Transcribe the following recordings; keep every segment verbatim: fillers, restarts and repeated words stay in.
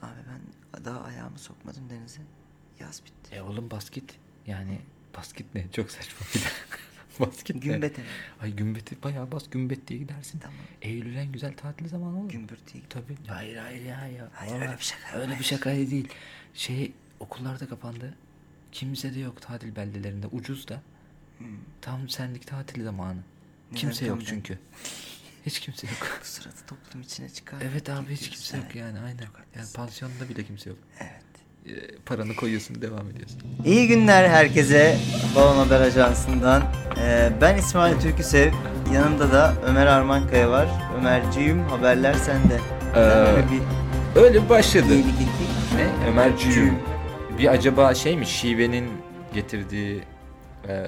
Abi ben daha ayağımı sokmadım denize. Yaz bitti. E oğlum basket. Yani basket ne? Çok saçma bir de. Basket Gümbete mi? Ay gümbeti bayağı bas, gümbet diye gidersin. Tamam. Eylül en güzel tatil zamanı olur. Gümbürt diye. Tabii. Hayır hayır ya. ya. Hayır, Vallahi öyle bir şaka. Öyle bir şaka değil. Şey, okullar da kapandı. Kimse de yok tatil beldelerinde. Ucuz da. Hmm. Tam senlik tatil zamanı. Neden Kimse yok tam çünkü. Hiç kimse yok. Bu sırada toplum içine çıkar. Evet abi, hiç Gidiyoruz. kimse yok Evet. yani, aynen. Çok haklısın. Yani pansiyonda bile kimse yok. Evet. Ee, paranı koyuyorsun, devam ediyorsun. İyi günler herkese Balon Haber Ajansı'ndan. Ee, ben İsmail Türküsev. Yanımda da Ömer Armankaya var. Ömerciğim, haberler sende. Ee, Öyle bir Öyle bir başladı. iyilik ettik. Ne? Ömerciğim. Bir acaba şey mi, şivenin getirdiği e,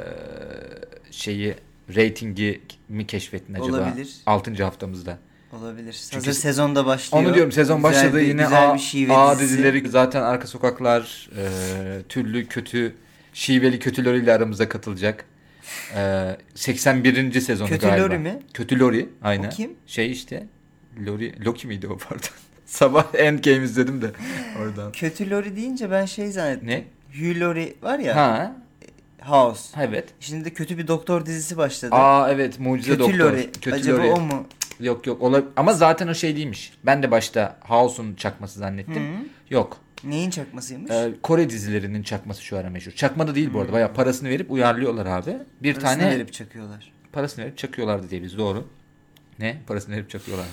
şeyi, reytingi mi keşfettin acaba? Olabilir. altıncı haftamızda. Olabilir. Çünkü Hazır sezonda başlıyor. Onu diyorum, sezon Güzel başladı bir- yine güzel A, bir şive A dizisi. dizileri zaten, Arka Sokaklar, e, türlü kötü şiveli kötüleriyle aramıza katılacak. E, seksen birinci sezonu Kötü galiba. Lori mi? Kötü Lori, aynen. O kim? Şey işte, Lori, Loki miydi o, pardon. Sabah Endgame izledim de oradan. Kötü Lori deyince ben şey zannettim. Ne? Hugh Laurie var ya. Ha, House. evet. Şimdi de kötü bir doktor dizisi başladı. Aa evet, Mucize Kötü Doktor. Lori. Kötü Acaba Lori. o mu? Yok yok, olabilir. Ama zaten o şey değilmiş. Ben de başta House'un çakması zannettim. Hı. Yok. Neyin çakmasıymış? Ee, Kore dizilerinin çakması şu ara meşhur. Çakma da değil bu arada. Bayağı parasını verip uyarlıyorlar abi. Bir Parasını tane verip çakıyorlar. parasını verip çakıyorlardı diye biz, doğru. Ne? Parasını verip çakıyorlar mı?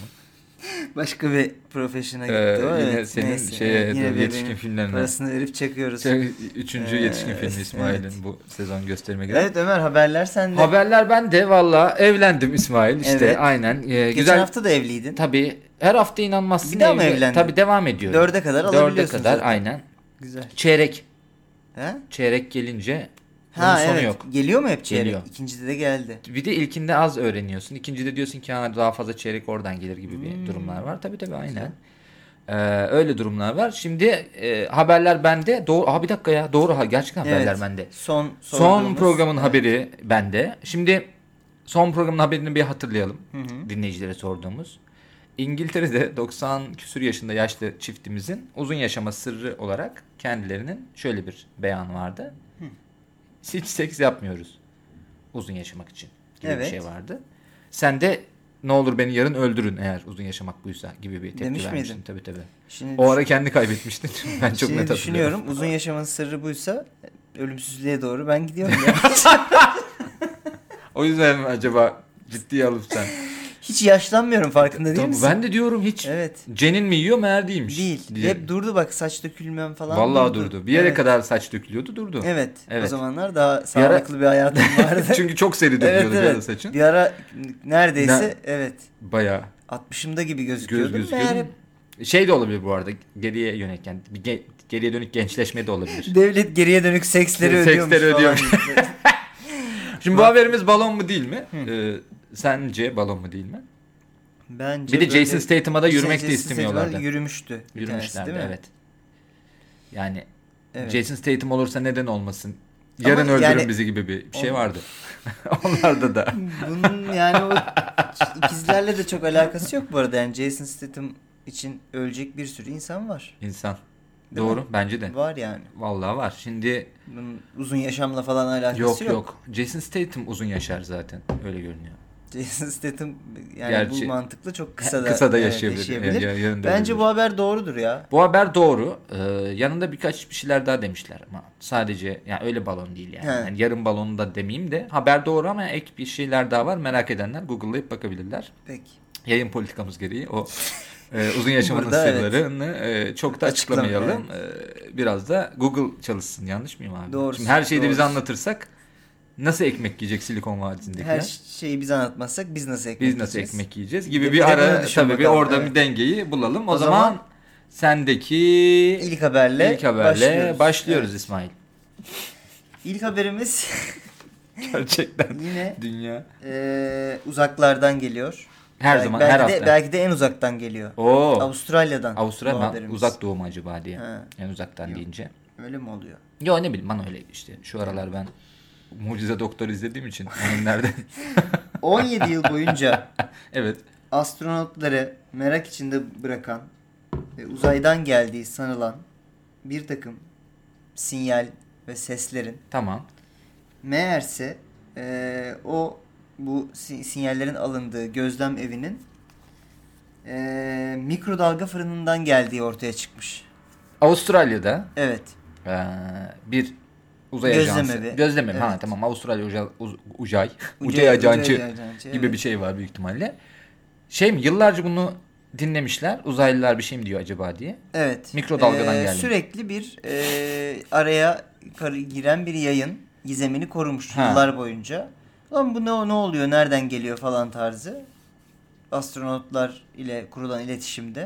Başka bir profesyona gitti Ee, o. yine Evet, senin neyse. şeye, Evet, yine yetişkin benim filmlerine. parasını verip çakıyoruz. Şey, Üçüncü Ee, yetişkin filmi İsmail'in evet. bu sezon gösterime giren. Evet Ömer, haberler sende. Haberler ben de valla evlendim İsmail işte, Evet. aynen. Ee, Geçen güzel. hafta da evliydin. Tabii her hafta inanmazsın. Bir daha mı evli- evlendin? Tabii devam ediyorum. Dörde kadar Dörde alabiliyorsun kadar zaten. aynen. Güzel. Çeyrek. He? Çeyrek gelince Ha bunun sonu evet. yok. Geliyor mu hep çeyrek? Geliyor. İkincide de geldi. Bir de ilkinde az öğreniyorsun. İkincide diyorsun ki ha, daha fazla çeyrek oradan gelir gibi bir Hmm. durumlar var. Tabii tabii aynen. Ee, öyle durumlar var. Şimdi e, haberler bende. Doğru. Aha bir dakika ya. Doğru ha, gerçekten haberler Evet. bende. Son Son sorduğumuz- programın Evet. haberi bende. Şimdi son programın haberini bir hatırlayalım. Hı hı. Dinleyicilere sorduğumuz. İngiltere'de doksan küsur yaşında yaşlı çiftimizin uzun yaşama sırrı olarak kendilerinin şöyle bir beyanı vardı. Hı. Hiç seks yapmıyoruz uzun yaşamak için gibi Evet. bir şey vardı. Sen de ne olur beni yarın öldürün eğer uzun yaşamak buysa gibi bir tepki Demiş vermiştin. miydin? Tabii tabii. Şimdi, O ara kendi kaybetmiştin. Ben çok şimdi net hatırlıyorum. düşünüyorum. Uzun yaşamanın sırrı buysa ölümsüzlüğe doğru ben gidiyorum ya. O yüzden mi acaba ciddiye alıp sen? Hiç yaşlanmıyorum, farkında değil Tabii, misin? ben de diyorum hiç. Evet. Cenin mi yiyor meğer değilmiş. Değil. diye. Hep durdu bak, saç dökülmem falan. Vallahi durdu. Bir yere Evet. kadar saç dökülüyordu, durdu. Evet. Evet. O zamanlar daha ara- sağlıklı bir hayatım vardı. Çünkü çok seri evet dökülüyordu bir ara evet. saçın. Bir ara neredeyse Ne- evet. Bayağı altmışımda gibi göz gözüküyordum. gözüküyordu. Meğer hep Şey de olabilir bu arada, geriye yönelik yani bir ge- geriye dönük gençleşme de olabilir. devlet geriye dönük seksleri Seksleri ödüyormuş falan. ödüyormuş. Şimdi bu haberimiz balon mu değil mi? Ee, sence balon mu değil mi? Bence Bir de böyle- Jason Statham'a da yürümek Jason de istemiyorlardı. Statham'a Yürümüştü. bir tanesi, Yürümüşlerdi, değil mi? evet. Yani Evet. Jason Statham olursa neden olmasın? Ama Yarın öldürün yani- bizi gibi bir şey O- vardı. Onlarda da. Bunun yani o ikizlerle de çok alakası yok bu arada. Yani Jason Statham için ölecek bir sürü insan var. İnsan. Değil Doğru mi? bence de. Var yani. Vallahi var. Şimdi Bunun uzun yaşamla falan alakası yok yok. yok. Jason Statham uzun yaşar zaten. Öyle görünüyor. Jason Statham yani Gerçi- bu mantıkla çok kısa da, Kısa da evet, yaşayabilir. yaşayabilir. Ya- yarın da Bence ölebilir. bu haber doğrudur ya. Bu haber doğru. Ee, yanında birkaç bir şeyler daha demişler ama sadece yani öyle balon değil yani. He. Yani yarım balonu da demeyeyim de haber doğru ama ek bir şeyler daha var. Merak edenler Google'layıp bakabilirler. Peki. Yayın politikamız gereği o e, uzun yaşamanın Burada evet. sırlarını e, çok da Açıklama, açıklamayalım. E, biraz da Google çalışsın. Yanlış mıyım abi? Doğrusu, Şimdi her şeyi de biz doğrusu. anlatırsak nasıl ekmek yiyecek Silikon Vadisi'ndekiler? Her şeyi biz anlatmazsak biz nasıl ekmek Biz nasıl yiyeceğiz? ekmek yiyeceğiz Bir gibi de- bir, bir de ara bunu düşün tabii bir bakalım, orada evet. bir dengeyi bulalım. O, O zaman, zaman sendeki İlk haberle ilk haberle başlıyoruz. başlıyoruz, Evet. İsmail. İlk haberimiz Gerçekten yine dünya. e, uzaklardan geliyor. Her Belki- zaman belki her de, hafta. Belki de en uzaktan geliyor. Oo. Avustralya'dan. bu Avustralya ben haberimiz. uzak doğu mu acaba diye. Ha. En uzaktan Yok. deyince. Öyle mi oluyor? Yo ne bileyim, bana öyle işte. Şu aralar ben Mucize Doktor izlediğim için onun nerede? on yedi yıl boyunca Evet. astronotları merak içinde bırakan e, uzaydan geldiği sanılan bir takım sinyal ve seslerin Tamam. meğerse e, o bu si- sinyallerin alındığı gözlem evinin e, mikrodalga fırınından geldiği ortaya çıkmış. Avustralya'da Evet. ee, bir uzay Gözlem ajansı. evi. Gözlem evi. Ha Evet. tamam, Avustralya Uca, uz, Ucay. Ucay- Ucay ajancı Ucay ajancı, gibi evet. bir şey var büyük ihtimalle. Şey mi, yıllarca bunu dinlemişler. Uzaylılar bir şey mi diyor acaba diye. Evet. Mikrodalgadan Ee, geldi. Sürekli bir e, araya kar- giren bir yayın gizemini korumuş Ha. yıllar boyunca. Lan bu ne, ne oluyor, nereden geliyor falan tarzı. Astronotlar ile kurulan iletişimde.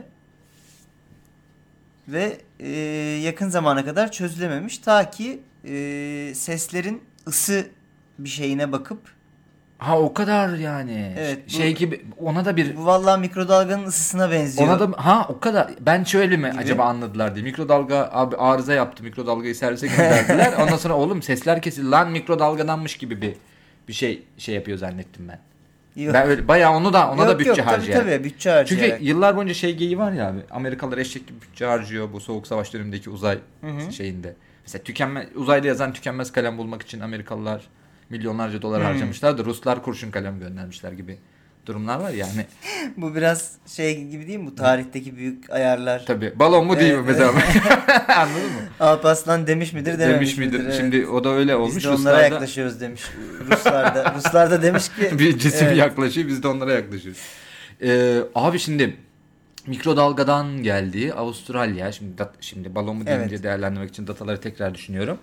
Ve e, yakın zamana kadar çözülememiş. Ta ki e, seslerin ısı bir şeyine bakıp Ha o kadar yani. Evet, bu- Şey gibi ona da bir bu vallahi mikrodalganın ısısına benziyor. ona da ha o kadar. Ben şöyle mi Gibi. acaba anladılar diye. Mikrodalga abi arıza yaptı. Mikrodalgayı servise gönderdiler. Ondan sonra oğlum sesler kesildi. Lan mikrodalgadanmış gibi bir bir şey şey yapıyor zannettim ben. Yok. Ben öyle bayağı onu da ona Yok, da bütçe yok, tabii, harcayarak. tabii, bütçe harcayarak. Çünkü yıllar boyunca şey geyiği var ya abi. Amerikalılar eşek gibi bütçe harcıyor bu soğuk savaş dönemindeki uzay Hı hı. şeyinde. Mesela tükenme uzayda yazan tükenmez kalem bulmak için Amerikalılar milyonlarca dolar Hmm. harcamışlar da Ruslar kurşun kalem göndermişler gibi durumlar var yani. Bu biraz şey gibi değil mi? Bu tarihteki büyük ayarlar. Tabii. Balon mu değil mi Evet, mesela? Anladın mı? Alparslan demiş midir dememiş Demiş midir? evet. Şimdi o da öyle olmuş. Biz de onlara Ruslar da yaklaşıyoruz demiş. Ruslar da, Ruslar da demiş ki bir cisim evet. yaklaşıyor, biz de onlara yaklaşıyoruz. Ee, abi şimdi mikrodalgadan geldi Avustralya. Şimdi dat, şimdi balon mu deyince Evet. değerlendirmek için dataları tekrar düşünüyorum.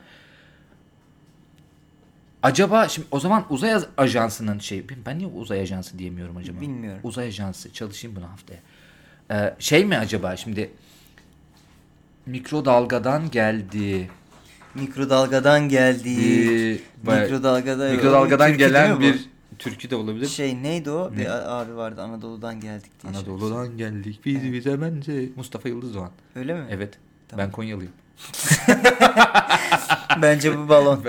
Acaba şimdi o zaman uzay az- ajansının şey ben niye uzay ajansı diyemiyorum acaba? Bilmiyorum. Uzay ajansı çalışayım bunu haftaya. Ee, şey mi acaba şimdi mikrodalgadan geldi. mikrodalgadan geldiği Bir, bayağı- mikrodalgada mikrodalgadan Türkü değil gelen mi bu? bir türkü de olabilir. Şey neydi o? Ne? Bir a- abi vardı Anadolu'dan geldik diye. Anadolu'dan geldik biz bize bence. Mustafa Yıldız Doğan. Öyle mi? Evet. Tamam. Ben Konyalıyım. Bence bu balon.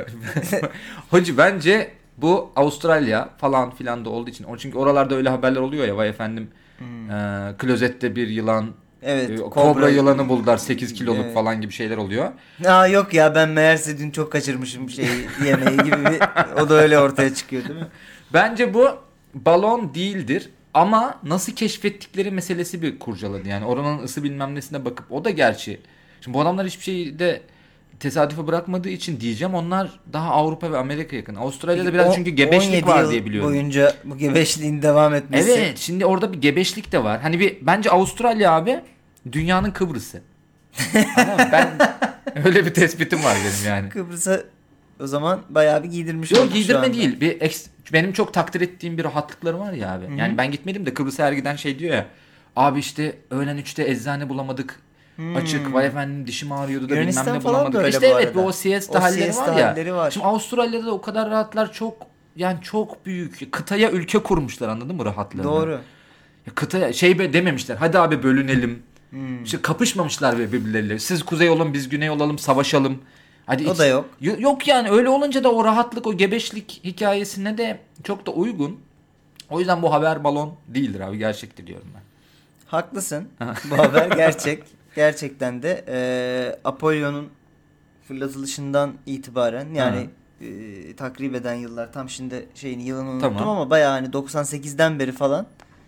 Hacı bence bu Avustralya falan filan da olduğu için. O çünkü oralarda öyle haberler oluyor ya. Vay efendim Hmm. e, klozette bir yılan, Evet. e, kobra, yılanı buldular sekiz kiloluk Evet. falan gibi şeyler oluyor. Aa yok ya ben meğerse dün çok kaçırmışım şey yemeği gibi bir o da öyle ortaya çıkıyor değil mi? Bence bu balon değildir. Ama nasıl keşfettikleri meselesi bir kurcaladı. Yani oranın ısı bilmem nesine bakıp o da gerçi. Şimdi bu adamlar hiçbir şeyi de tesadüfe bırakmadığı için diyeceğim. Onlar daha Avrupa ve Amerika yakın. Avustralya'da biraz O- çünkü gebeşlik on yedi var yıl diye biliyorum. boyunca bu gebeşliğin devam etmesi. Evet, şimdi orada bir gebeşlik de var. Hani bir bence Avustralya abi dünyanın Kıbrıs'ı. Ama ben öyle bir tespitim var benim yani. Kıbrıs'a o zaman bayağı bir giydirmiş Yok olduk şu giydirme anda. değil. Bir eks- benim çok takdir ettiğim bir rahatlıkları var ya abi. Hı hı. Yani ben gitmedim de Kıbrıs'a her giden şey diyor ya. Abi işte öğlen üçte eczane bulamadık. Hmm. Açık. Vay efendim dişim ağrıyordu da Yunanistan bilmem ne falan da bulamadık. öyle İşte bu evet arada. bu o siesta O halleri siesta var ya. halleri var. Şimdi Avustralya'da da o kadar rahatlar çok yani çok büyük. Kıtaya ülke kurmuşlar anladın mı rahatlarını? Doğru. Ya kıtaya şey be dememişler. Hadi abi bölünelim. Hmm. İşte kapışmamışlar be birbirleriyle. Siz kuzey olun biz güney olalım savaşalım. Hadi O iç- da yok. Yo- Yok yani öyle olunca da o rahatlık o gebeşlik hikayesine de çok da uygun. O yüzden bu haber balon değildir abi gerçektir diyorum ben. Haklısın. Bu haber gerçek. Gerçekten de e, Apollo'nun fırlatılışından itibaren yani e, takip eden yıllar tam şimdi şeyini yılını unuttum Tamam. ama bayağı hani doksan sekizden beri falan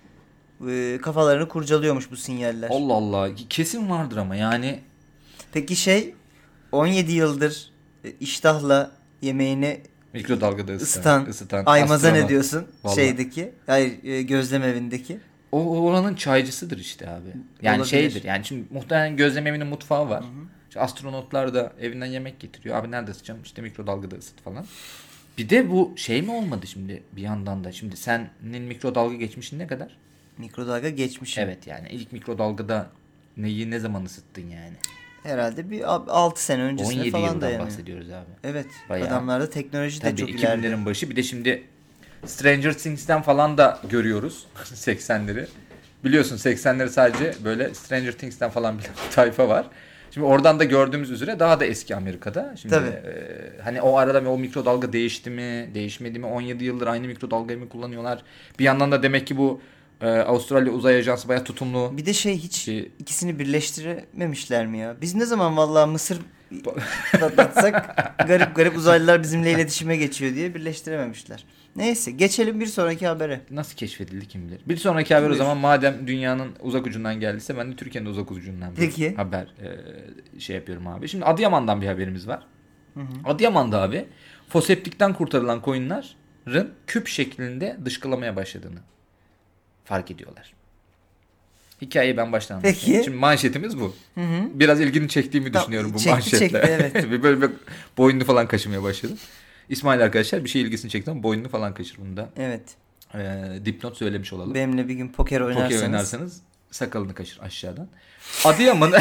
e, kafalarını kurcalıyormuş bu sinyaller. Allah Allah kesin vardır ama yani Peki şey on yedi yıldır e, iştahla yemeğini mikrodalgada ısıtan, ısıtan, ısıtan Aymaz'a ne astronot. diyorsun? Vallahi. Şeydeki, hayır e, gözlem evindeki. O o oranın çaycısıdır işte abi. Yani Olabilir. şeydir yani şimdi muhtemelen gözlem evinin mutfağı var. İşte astronotlar da evinden yemek getiriyor. Abi nerede ısıtacağım? İşte mikrodalgada ısıt falan. Bir de bu şey mi olmadı şimdi bir yandan da? Şimdi senin mikrodalga geçmişin ne kadar? Mikrodalga geçmişim. Evet yani ilk mikrodalgada neyi ne zaman ısıttın yani? Herhalde bir altı sene on öncesine yedi falan yıldan dayanıyor. bahsediyoruz abi. Evet. Bayağı. Adamlarda teknoloji de Tabii çok iki ileride. binlerin başı. Bir de şimdi Stranger Things'ten falan da görüyoruz seksenleri. Biliyorsun seksenleri sadece böyle Stranger Things'ten falan bir tayfa var. Şimdi oradan da gördüğümüz üzere daha da eski Amerika'da. Şimdi Tabii. e, hani o arada o mikrodalga değişti mi, değişmedi mi? on yedi yıldır aynı mikrodalgayı mı kullanıyorlar? Bir yandan da demek ki bu Ee, Avustralya Uzay Ajansı bayağı tutumlu. Bir de şey hiç Şey- ikisini birleştirememişler mi ya? Biz ne zaman vallahi Mısır patlatsak garip garip uzaylılar bizimle iletişime geçiyor diye birleştirememişler. Neyse geçelim bir sonraki habere. Nasıl keşfedildi kim bilir. Bir sonraki haber o Buyur. zaman madem dünyanın uzak ucundan geldiyse ben de Türkiye'nin uzak ucundan bir Peki. haber e, şey yapıyorum abi. Şimdi Adıyaman'dan bir haberimiz var. Hı hı. Adıyaman'da abi foseptikten kurtarılan koyunların küp şeklinde dışkılamaya başladığını fark ediyorlar. Hikayeyi ben baştan anlatayım. Peki. Şimdi manşetimiz bu. Hı hı. Biraz ilgini çektiğimi Tamam, düşünüyorum bu çekti, manşetle. çekti, evet. bir böyle bir boynunu falan kaşımaya başladım. İsmail arkadaşlar bir şey ilgisini çekti ama boynunu falan kaşır bunu da. Evet. Ee, dipnot söylemiş olalım. Benimle bir gün poker oynarsanız. Poker oynarsanız sakalını kaşır aşağıdan. Adıyaman'ın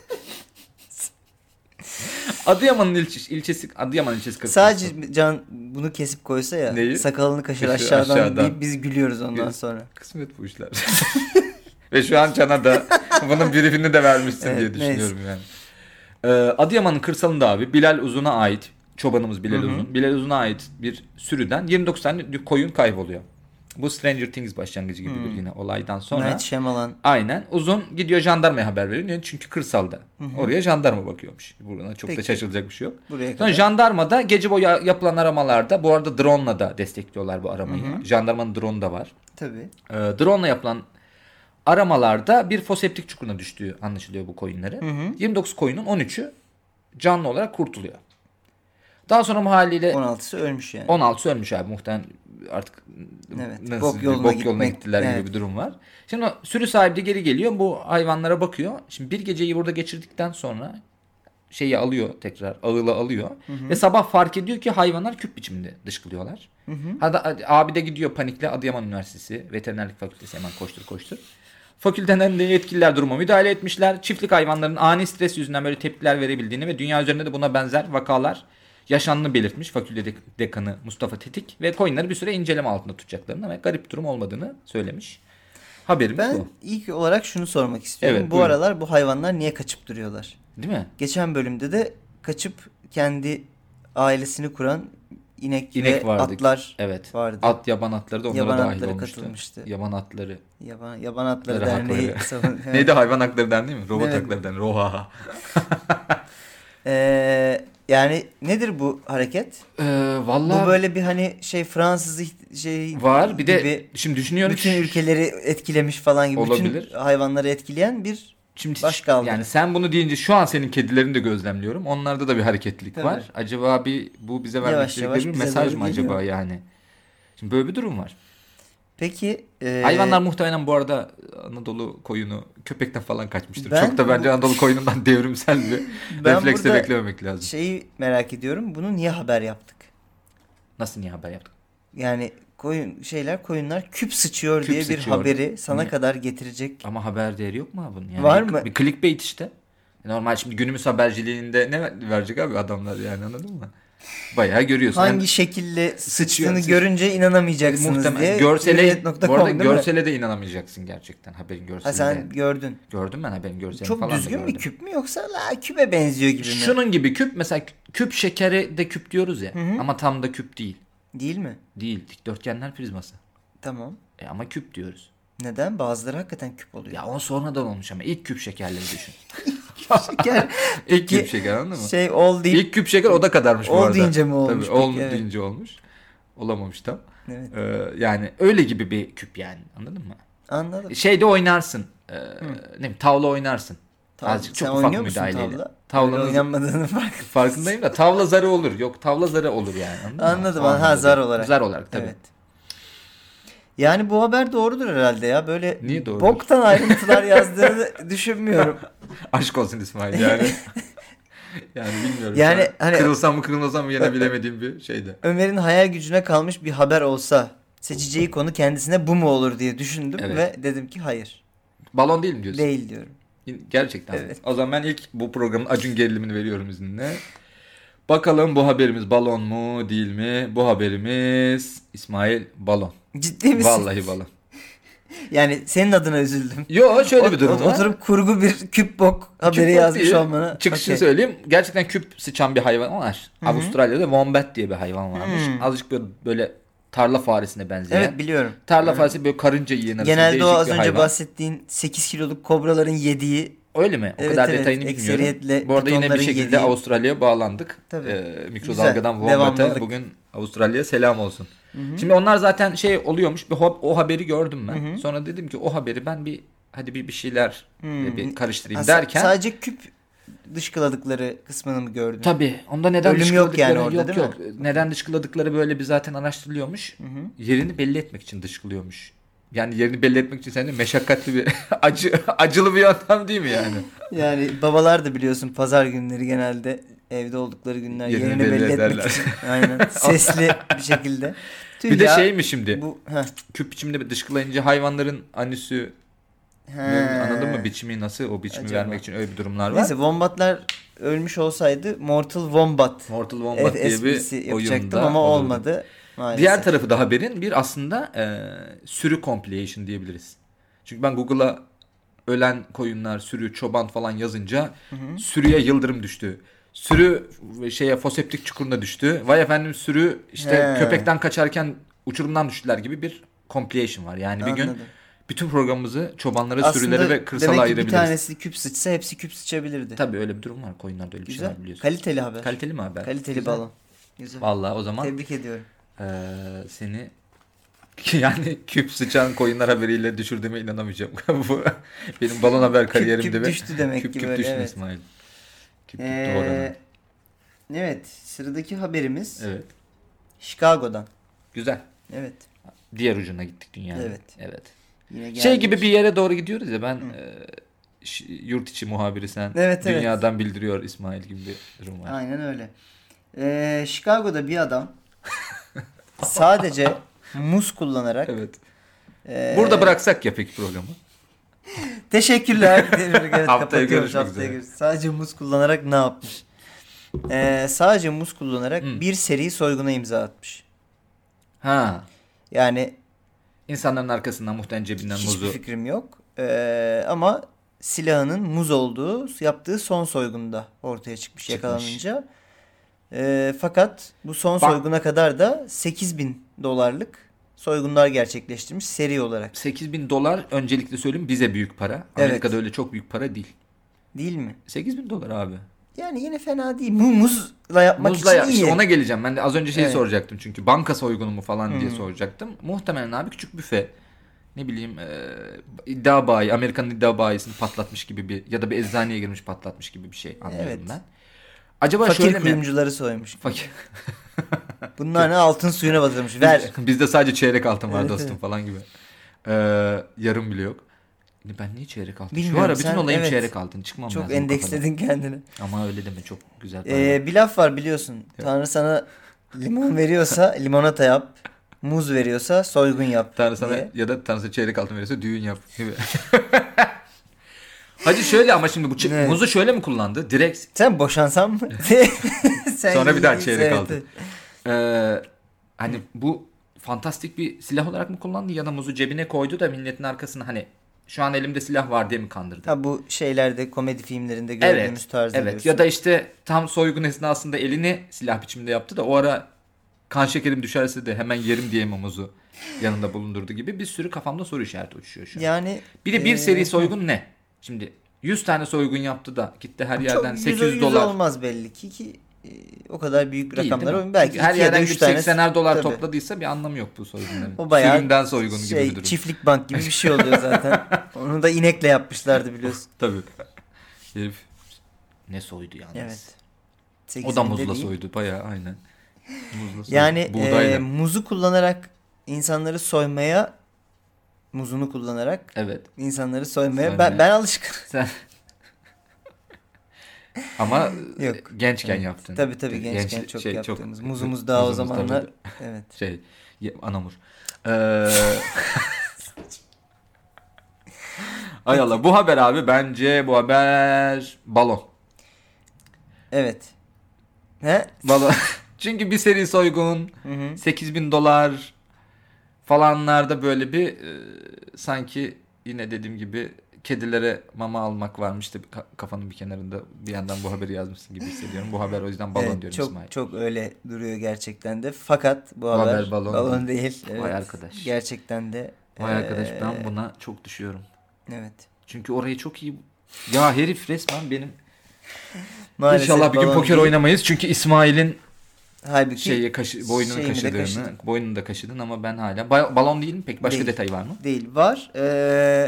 Adıyaman'ın ilçesi, ilçesi Adıyaman ilçesi kasabası. Sadece Can bunu kesip koysa ya. Neyi? Sakalını kaşır Kaşır aşağıdan, aşağıdan. deyip biz gülüyoruz ondan Gülüyoruz. sonra. Kısmet bu işler. Ve şu an Can'a da bunun briefini de vermişsin Evet, diye düşünüyorum yani. Ee, Adıyaman'ın kırsalında abi Bilal Uzun'a ait çobanımız Bilal Hı hı. Uzun. Bilal Uzun'a ait bir sürüden yirmi dokuz tane koyun kayboluyor. Bu Stranger Things başlangıcı gibi bir yine olaydan sonra. Night Shyamalan. Aynen. Uzun gidiyor jandarmaya haber veriyor. Yani çünkü kırsalda. Hı hı. Oraya jandarma bakıyormuş. Burada çok Peki. da şaşılacak bir şey yok. Buraya Sonra kadar. jandarma da gece boyu yapılan aramalarda bu arada drone'la da destekliyorlar bu aramayı. Hı hı. Jandarmanın drone'u da var. Tabii. Ee, drone'la yapılan aramalarda bir foseptik çukuruna düştüğü anlaşılıyor bu koyunları. Hı hı. yirmi dokuz koyunun on üçü canlı olarak kurtuluyor. Daha sonra bu haliyle on altısı ölmüş yani. on altısı ölmüş abi muhtemelen artık Evet, nasıl, bok yoluna bok yoluna gitmek- gittiler evet. gibi bir durum var. Şimdi sürü sahibi de geri geliyor bu hayvanlara bakıyor. Şimdi bir geceyi burada geçirdikten sonra şeyi alıyor tekrar ağıla alıyor. Hı hı. Ve sabah fark ediyor ki hayvanlar küp biçiminde dışkılıyorlar. Hı hı. Hadi, abi de gidiyor panikle Adıyaman Üniversitesi Veterinerlik Fakültesi hemen koştur koştur. Fakülteden de yetkililer duruma müdahale etmişler. Çiftlik hayvanların ani stres yüzünden böyle tepkiler verebildiğini ve dünya üzerinde de buna benzer vakalar yaşandığını belirtmiş fakülte dekanı Mustafa Tetik ve koyunları bir süre inceleme altında tutacaklarını ve garip durum olmadığını söylemiş. Haberimiz Ben bu. ilk olarak şunu sormak istiyorum. Evet, bu buyurun. aralar bu hayvanlar niye kaçıp duruyorlar? Değil mi? Geçen bölümde de kaçıp kendi ailesini kuran inek, İnek ve vardı. atlar Evet. vardı. At yaban atları da onlara Yaban dahil atları olmuştu. katılmıştı. Yaban atları. Yaban, Yaban Atları Hakları. Derneği. savun- Evet. Neydi hayvan hakları derneği mi? Robot Evet. hakları derneği. Roha. Ee, yani nedir bu hareket? Ee, vallahi Bu böyle bir hani şey Fransız iht- şey var. Bir de gibi şimdi düşünüyorum. bütün ülkeleri etkilemiş falan gibi. Olabilir. Bütün hayvanları etkileyen bir Şimdi başkaldırı. yani sen bunu deyince şu an senin kedilerini de gözlemliyorum. Onlarda da bir hareketlilik Tabii. var. Acaba bir bu bize vermek Yavaş istedikleri yavaş bir bize mesaj doğru mı acaba geliyor. yani? Şimdi böyle bir durum var. Peki e, Hayvanlar muhtemelen bu arada Anadolu koyunu köpekten falan kaçmıştır. Ben Çok da bence bu- Anadolu koyunundan devrimsel bir Ben refleksle burada beklememek lazım. şeyi merak ediyorum. Bunu niye haber yaptık? Nasıl niye haber yaptık? Yani koyun şeyler koyunlar küp sıçıyor Küp diye bir sıçıyor. haberi sana Niye? kadar getirecek. Ama haber değeri yok mu abi bunun? Yani Var mı? Bir clickbait işte. Normal şimdi günümüz haberciliğinde ne ver- verecek abi adamlar yani anladın mı? Bayağı görüyorsun. Hangi Hem şekilde sıçıyor, sıçtığını sıç- görünce inanamayacaksınız muhtemelen diye. görsele hürriyet nokta bu arada com değil mi? görsele de inanamayacaksın gerçekten haberin görseline. Ha sen gördün. Gördüm ben haberin görselini Çok falan da düzgün bir gördüm. küp mü yoksa la küpe benziyor gibi mi? Şunun gibi küp mesela küp şekeri de küp diyoruz ya Hı hı. ama tam da küp değil. Değil mi? Değil dikdörtgenler prizması. Tamam. E ama küp diyoruz. Neden? Bazıları hakikaten küp oluyor. Ya o sonradan olmuş ama ilk küp şekerleri düşün. Şeker İlk Ki- küp şeker anladın mı? şey ol deyip İlk küp şeker o da kadarmış bu Ol arada. deyince mi olmuş Tabii, ol peki? Evet. deyince olmuş. Olamamış tam. evet, Ee, yani öyle gibi bir küp yani anladın mı? anladım. Şeyde oynarsın. E, ne bileyim tavla oynarsın. Tavla. Azıcık Sen çok ufak oynuyor musun müdahaleyle. tavla? Tavlanın- Öyle oynanmadığını fark. Farkındayım da tavla zarı olur. Yok tavla zarı olur yani. Anladın mı? Anladım. O Ha, anlamda zar değil. olarak. Zar olarak tabii. Evet. Yani bu haber doğrudur herhalde ya. Böyle Niye doğrudur? boktan ayrıntılar yazdığını düşünmüyorum. Aşk olsun İsmail yani. yani bilmiyorum. Yani Yani hani- kırılsam mı kırılmasam mı yine bilemediğim bir şeydi. Ömer'in hayal gücüne kalmış bir haber olsa seçeceği konu kendisine bu mu olur diye düşündüm Evet. ve dedim ki hayır. Balon değil mi diyorsun? Değil diyorum. Gerçekten. Evet. O zaman ben ilk bu programın Acun gerilimini veriyorum izninle. Bakalım bu haberimiz balon mu değil mi? Bu haberimiz İsmail balon. Ciddi misin? Vallahi balon. Yani senin adına üzüldüm. Yo şöyle bir O- durum o- var. Oturup kurgu bir küp bok haberi Küp yazmış değil. olmana. Çıkışını Okey. söyleyeyim. Gerçekten küp sıçan bir hayvan var. Hı hı. Avustralya'da wombat diye bir hayvan varmış. Hmm. Azıcık böyle, böyle tarla faresine benzeyen. Evet biliyorum. Tarla Hı. faresi böyle karınca yiyen arası Genelde değişik o az bir önce hayvan. bahsettiğin sekiz kiloluk kobraların yediği. Öyle mi? O Evet, kadar evet, detayını bilmiyorum. ekseriyetle Bu arada yine bir pitonların şekilde yediği. Avustralya'ya bağlandık. Tabii. Ee, mikrodalgadan Güzel, Wombat'a devamlılık. bugün Avustralya'ya selam olsun. Hı hı. Şimdi onlar zaten şey oluyormuş. Bir ho- o haberi gördüm ben. Hı hı. Sonra dedim ki o haberi ben bir hadi bir bir şeyler Hmm. bir karıştırayım Ha, derken. Sadece küp dışkıladıkları kısmını mı gördün? Tabii. Onda neden Ölüm yok dışkıladıkları yani orada, yok değil yok. Neden dışkıladıkları böyle bir zaten araştırılıyormuş. Hı hı. Yerini belli etmek için dışkılıyormuş. Yani yerini belli etmek için senin meşakkatli bir acı acılı bir yöntem değil mi yani? Yani babalar da biliyorsun pazar günleri genelde evde oldukları günler Yerini yerini, belli belli, etmek ederler. için. Aynen. Sesli bir şekilde. Tüh Bir de ya, şey mi şimdi? bu heh. Küp biçimde dışkılayınca hayvanların anüsü He. anladın mı biçimi nasıl o biçimi Acaba. vermek için öyle bir durumlar var. Neyse Wombat'lar ölmüş olsaydı Mortal Wombat Mortal Wombat evet, diye esprisi bir yapacaktım oyunda ama olurdu. olmadı. Maalesef. Diğer tarafı da haberin bir aslında e, sürü compilation diyebiliriz. Çünkü ben Google'a ölen koyunlar, sürü, çoban falan yazınca Hı hı. sürüye yıldırım düştü. Sürü şeye foseptik çukuruna düştü. Vay efendim sürü işte He. köpekten kaçarken uçurumdan düştüler gibi bir compilation var. Yani bir gün Anladım. bütün programımızı çobanlara, Aslında sürülere ve kırsala demek ki bir ayırabiliriz. tanesi küp sıçsa hepsi küp sıçabilirdi. Tabii öyle bir durum var. Koyunlarda öyle bir Güzel. şey var biliyorsun. Kaliteli haber. Kaliteli mi haber? Kaliteli Güzel. balon. Güzel. Vallahi o zaman Tebrik ediyorum. eee, seni yani küp sıçan koyunlar haberiyle düşürdüğüme inanamayacağım. Bu benim balon haber kariyerimde küp ve düştü demek küp ki küp böyle, düştü evet. İsmail. Küp küp Ee, doğranın. evet sıradaki haberimiz Evet. Chicago'dan. Güzel. Evet. Diğer ucuna gittik dünyanın. Evet. Evet. Yine geldik. Şey gibi bir yere doğru gidiyoruz ya ben eee, ş- yurt içi muhabiri sen Evet, evet. dünyadan bildiriyor İsmail gibi bir durum var. Aynen öyle. Ee, Chicago'da bir adam sadece muz kullanarak Evet. ee, Burada bıraksak ya peki programı. teşekkürler. Evet, Haftaya kapatıyoruz, görüşmek haftaya üzere. görüşürüz. Sadece muz kullanarak ne yapmış? Ee, sadece muz kullanarak Hı. bir seri soyguna imza atmış. Ha. Yani İnsanların arkasından muhtemelen cebinden hiçbir muzu. fikrim yok. Ee, ama silahının muz olduğu yaptığı son soygunda ortaya çıkmış, Çıkmış. yakalanınca. Ee, fakat bu son Bak- soyguna kadar da sekiz bin dolarlık soygunlar gerçekleştirmiş seri olarak. sekiz bin dolar öncelikle söyleyeyim bize büyük para. Evet. Amerika'da öyle çok büyük para değil. Değil mi? sekiz bin dolar abi. Yani yine fena değil. Mu muzla yapmak Muzla için ya, iyi. işte ona geleceğim. Ben de az önce şeyi Evet. soracaktım çünkü banka soygunu mu falan diye Hı. soracaktım. Muhtemelen abi küçük büfe. Ne bileyim e, iddia bayi, Amerika'nın iddia bayisini patlatmış gibi bir ya da bir eczaneye girmiş patlatmış gibi bir şey anlıyorum Evet. ben. Acaba Fakir şöyle mi? kuyumcuları soymuş. Fakir. Bunlar ne altın suyuna batırmış. Ver. Bizde sadece çeyrek altın var Evet, dostum evet. falan gibi. Ee, yarım bile yok. Ben niye çeyrek altın? Şu Bilmiyorum, ara bütün sen- olayım evet. çeyrek altın. Çıkmam Çok lazım bu endeksledin kendini. kafadan. Ama öyle deme çok güzel para var. Ee, bir laf var biliyorsun. Tanrı sana limon veriyorsa limonata yap. Muz veriyorsa soygun yap. Tanrı sana diye. ya da Tanrı sana çeyrek altın verirse düğün yap gibi. Hacı şöyle ama şimdi bu çe- Evet. muzu şöyle mi kullandı? Direkt Sen boşansan mı? Sen sonra bir daha iyi- çeyrek evet, altın. evet. Ee, hani bu fantastik bir silah olarak mı kullandı ya da muzu cebine koydu da milletin arkasına hani şu an elimde silah var diye mi kandırdı? Ha bu şeylerde komedi filmlerinde gördüğümüz Evet. tarzda Evet. diyorsun. Ya da işte tam soygun esnasında elini silah biçiminde yaptı da o ara kan şekerim düşerse de hemen yerim diye mi muzu yanında bulundurdu gibi bir sürü kafamda soru işareti uçuşuyor şu an. Yani Bir de bir e, seri soygun ne? Şimdi yüz tane soygun yaptı da gitti her yerden çok sekiz yüz, yüz dolar. olmaz belli ki ki e, o kadar büyük bir Değil, rakamlar değil mi? olmuyor. Belki Çünkü her iki ya da yerden üç gidip tane. seksener dolar Tabii. topladıysa bir anlamı yok bu soygunların. O bayağı Sürümden soygun şey, gibi bir durum. çiftlik bank gibi bir şey oluyor zaten. Onu da inekle yapmışlardı biliyorsun. Tabii. Herif ne soydu yalnız. Evet. O sekiz da binde muzla değil. soydu bayağı aynen. Muzla soydu. Yani Buğdayla. e, muzu kullanarak insanları soymaya muzunu kullanarak Evet. insanları soymaya, Soymaya. ben ben alışkın. Sen ama Yok. gençken Evet. yaptın. Tabii tabii gençken Genç- çok şey, yaptığımız. Muzumuz daha o muzumuz zamanlar. tabii. Evet. Şey ye- anamur. Ee, Ay Allah bu haber abi bence bu haber balon. Evet. He? Balon. Çünkü bir seri soygun Hı hı. sekiz bin dolar falanlarda böyle bir e, sanki yine dediğim gibi kedilere mama almak varmış da ka- kafanın bir kenarında bir yandan bu haberi yazmışsın gibi hissediyorum. Bu haber o yüzden balon Evet, diyorum çok, İsmail. çok öyle duruyor gerçekten de. Fakat bu, Bu haber, haber balon balon değil. değil. Evet. Vay arkadaş. Gerçekten de. Vay ee, arkadaş ben buna çok düşüyorum. Evet. Çünkü orayı çok iyi... Ya herif resmen benim... Maalesef İnşallah bir gün balon poker değil. oynamayız. Çünkü İsmail'in Halbuki şeyi kaşı, boynunu şeyimi de kaşıdığını, kaşıdım. boynunu da kaşıdın ama ben hala... Ba- balon değil mi? Peki başka Değil. detay var mı? Değil. Var. Ee,